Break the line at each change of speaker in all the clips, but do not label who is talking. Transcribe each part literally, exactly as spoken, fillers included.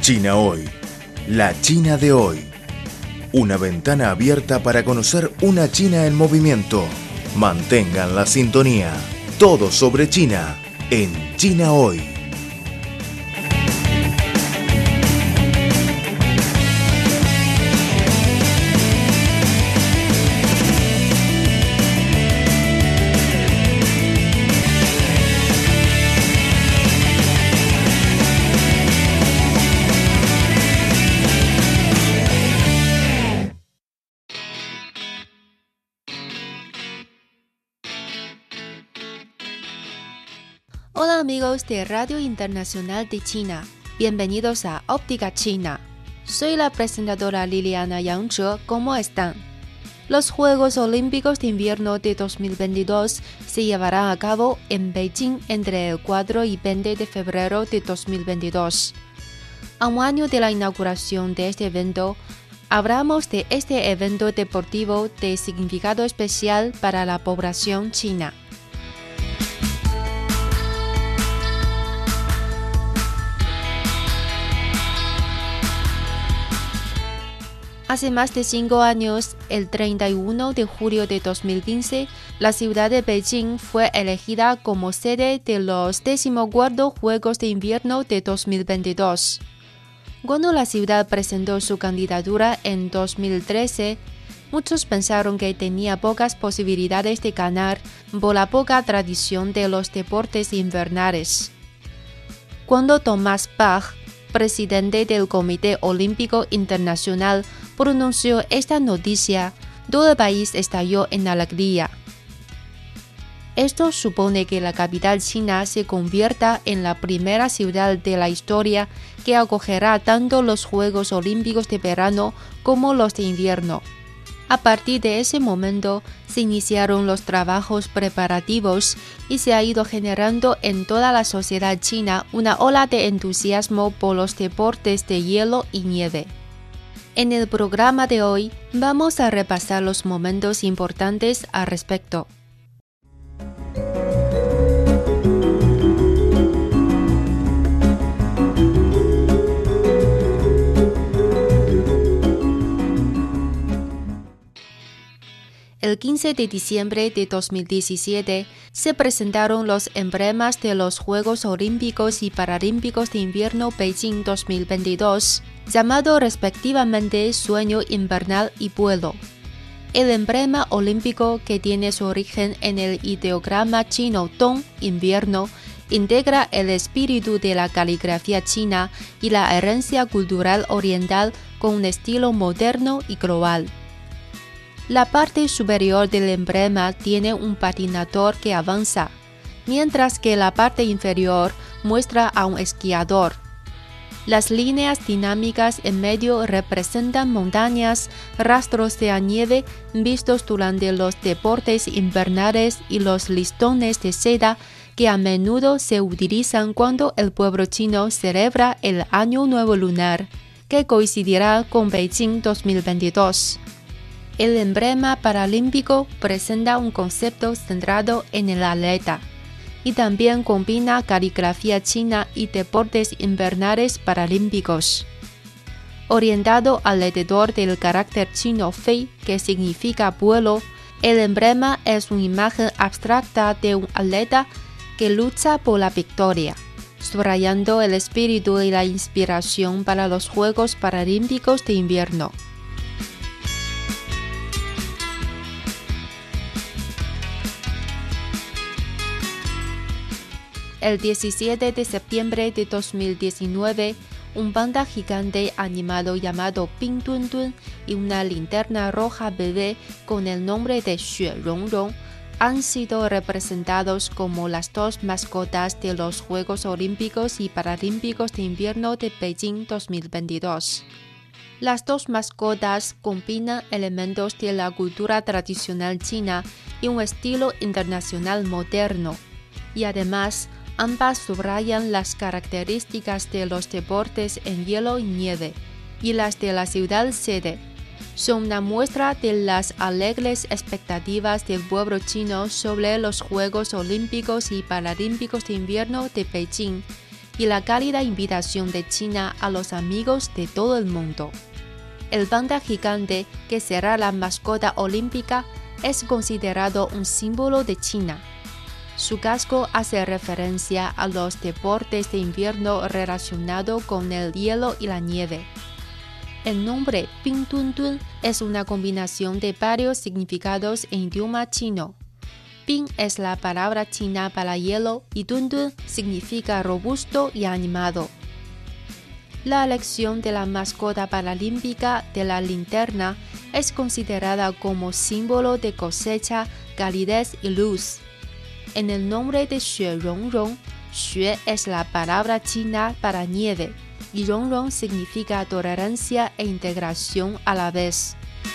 China Hoy, la China de hoy. Una ventana abierta para conocer una China en movimiento. Mantengan la sintonía. Todo sobre China en China Hoy.
Hola amigos de Radio Internacional de China, bienvenidos a Óptica China. Soy la presentadora Liliana Yang Zhe, ¿cómo están? Los Juegos Olímpicos de Invierno de dos mil veintidós se llevarán a cabo en Beijing entre el cuatro y veinte de febrero de dos mil veintidós. A un año de la inauguración de este evento, hablamos de este evento deportivo de significado especial para la población china. Hace más de cinco años, el treinta y uno de julio de dos mil quince, la ciudad de Beijing fue elegida como sede de los decimocuartos Juegos de Invierno de dos mil veintidós. Cuando la ciudad presentó su candidatura en dos mil trece, muchos pensaron que tenía pocas posibilidades de ganar por la poca tradición de los deportes invernales. Cuando Thomas Bach, presidente del Comité Olímpico Internacional, pronunció esta noticia, todo el país estalló en alegría. Esto supone que la capital china se convierta en la primera ciudad de la historia que acogerá tanto los Juegos Olímpicos de verano como los de invierno. A partir de ese momento, se iniciaron los trabajos preparativos y se ha ido generando en toda la sociedad china una ola de entusiasmo por los deportes de hielo y nieve. En el programa de hoy, vamos a repasar los momentos importantes al respecto. El quince de diciembre de dos mil diecisiete se presentaron los emblemas de los Juegos Olímpicos y Paralímpicos de Invierno Beijing dos mil veintidós, llamado respectivamente Sueño Invernal y Vuelo. El emblema olímpico, que tiene su origen en el ideograma chino Dong, invierno, integra el espíritu de la caligrafía china y la herencia cultural oriental con un estilo moderno y global. La parte superior del emblema tiene un patinador que avanza, mientras que la parte inferior muestra a un esquiador. Las líneas dinámicas en medio representan montañas, rastros de nieve vistos durante los deportes invernales y los listones de seda que a menudo se utilizan cuando el pueblo chino celebra el Año Nuevo Lunar, que coincidirá con Beijing dos mil veintidós. El emblema paralímpico presenta un concepto centrado en el atleta y también combina caligrafía china y deportes invernales paralímpicos. Orientado alrededor del carácter chino fei, que significa vuelo, el emblema es una imagen abstracta de un atleta que lucha por la victoria, subrayando el espíritu y la inspiración para los Juegos Paralímpicos de Invierno. El diecisiete de septiembre de dos mil diecinueve, un panda gigante animado llamado Ping Dun Dun y una linterna roja bebé con el nombre de Xue Rongrong han sido representados como las dos mascotas de los Juegos Olímpicos y Paralímpicos de Invierno de Beijing dos mil veintidós. Las dos mascotas combinan elementos de la cultura tradicional china y un estilo internacional moderno, y además ambas subrayan las características de los deportes en hielo y nieve y las de la ciudad sede. Son una muestra de las alegres expectativas del pueblo chino sobre los Juegos Olímpicos y Paralímpicos de Invierno de Beijing y la cálida invitación de China a los amigos de todo el mundo. El panda gigante, que será la mascota olímpica, es considerado un símbolo de China. Su casco hace referencia a los deportes de invierno relacionados con el hielo y la nieve. El nombre Bingduндун es una combinación de varios significados en idioma chino. Bing es la palabra china para hielo y Dundun significa robusto y animado. La elección de la mascota paralímpica de la linterna es considerada como símbolo de cosecha, calidez y luz. En el nombre de Xue Rongrong, Xue es la palabra china para nieve y Rongrong significa tolerancia e integración a la vez.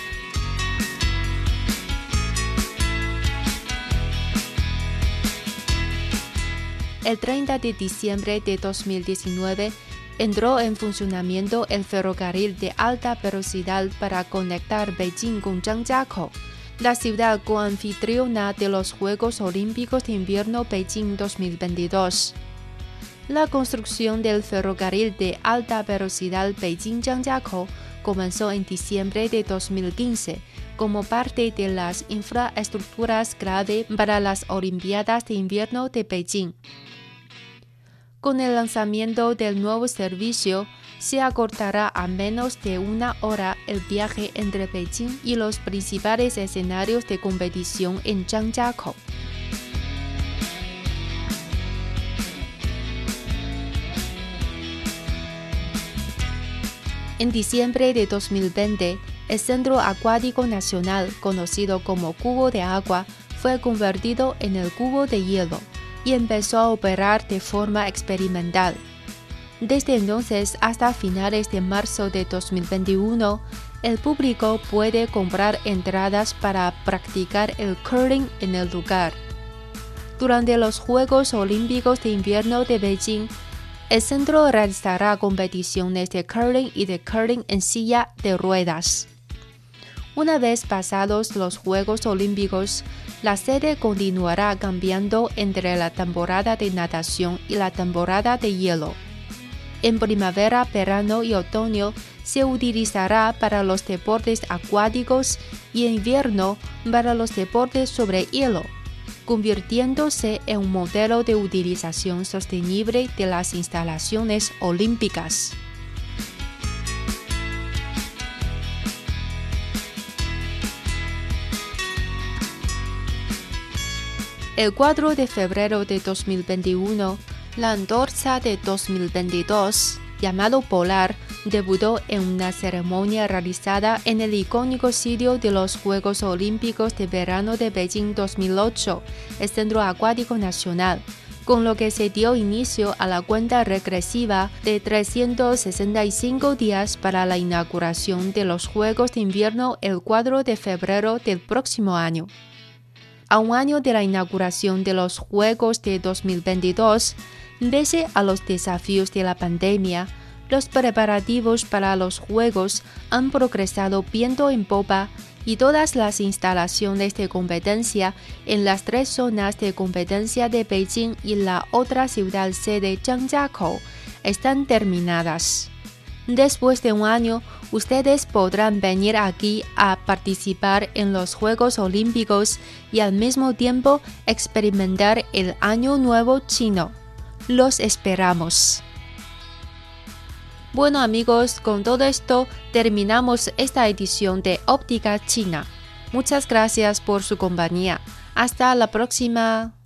El treinta de diciembre de dos mil diecinueve entró en funcionamiento el ferrocarril de alta velocidad para conectar Beijing con Zhangjiakou, la ciudad coanfitriona de los Juegos Olímpicos de Invierno Beijing dos mil veintidós. La construcción del ferrocarril de alta velocidad Beijing-Zhangjiakou comenzó en diciembre de dos mil quince como parte de las infraestructuras clave para las Olimpiadas de Invierno de Beijing. Con el lanzamiento del nuevo servicio, se acortará a menos de una hora el viaje entre Beijing y los principales escenarios de competición en Zhangjiakou. En diciembre de dos mil veinte, el Centro Acuático Nacional, conocido como Cubo de Agua, fue convertido en el Cubo de Hielo y empezó a operar de forma experimental. Desde entonces hasta finales de marzo de dos mil veintiuno, el público puede comprar entradas para practicar el curling en el lugar. Durante los Juegos Olímpicos de Invierno de Beijing, el centro realizará competiciones de curling y de curling en silla de ruedas. Una vez pasados los Juegos Olímpicos, la sede continuará cambiando entre la temporada de natación y la temporada de hielo. En primavera, verano y otoño se utilizará para los deportes acuáticos y en invierno para los deportes sobre hielo, convirtiéndose en un modelo de utilización sostenible de las instalaciones olímpicas. El cuatro de febrero de dos mil veintiuno, la antorcha de dos mil veintidós, llamado Polar, debutó en una ceremonia realizada en el icónico sitio de los Juegos Olímpicos de Verano de Beijing dos mil ocho, el Centro Acuático Nacional, con lo que se dio inicio a la cuenta regresiva de trescientos sesenta y cinco días para la inauguración de los Juegos de Invierno el cuatro de febrero del próximo año. A un año de la inauguración de los Juegos de dos mil veintidós, pese a los desafíos de la pandemia, los preparativos para los Juegos han progresado viento en popa y todas las instalaciones de competencia en las tres zonas de competencia de Beijing y la otra ciudad sede Zhangjiakou están terminadas. Después de un año, ustedes podrán venir aquí a participar en los Juegos Olímpicos y al mismo tiempo experimentar el Año Nuevo Chino. Los esperamos. Bueno amigos, con todo esto terminamos esta edición de Óptica China. Muchas gracias por su compañía. Hasta la próxima.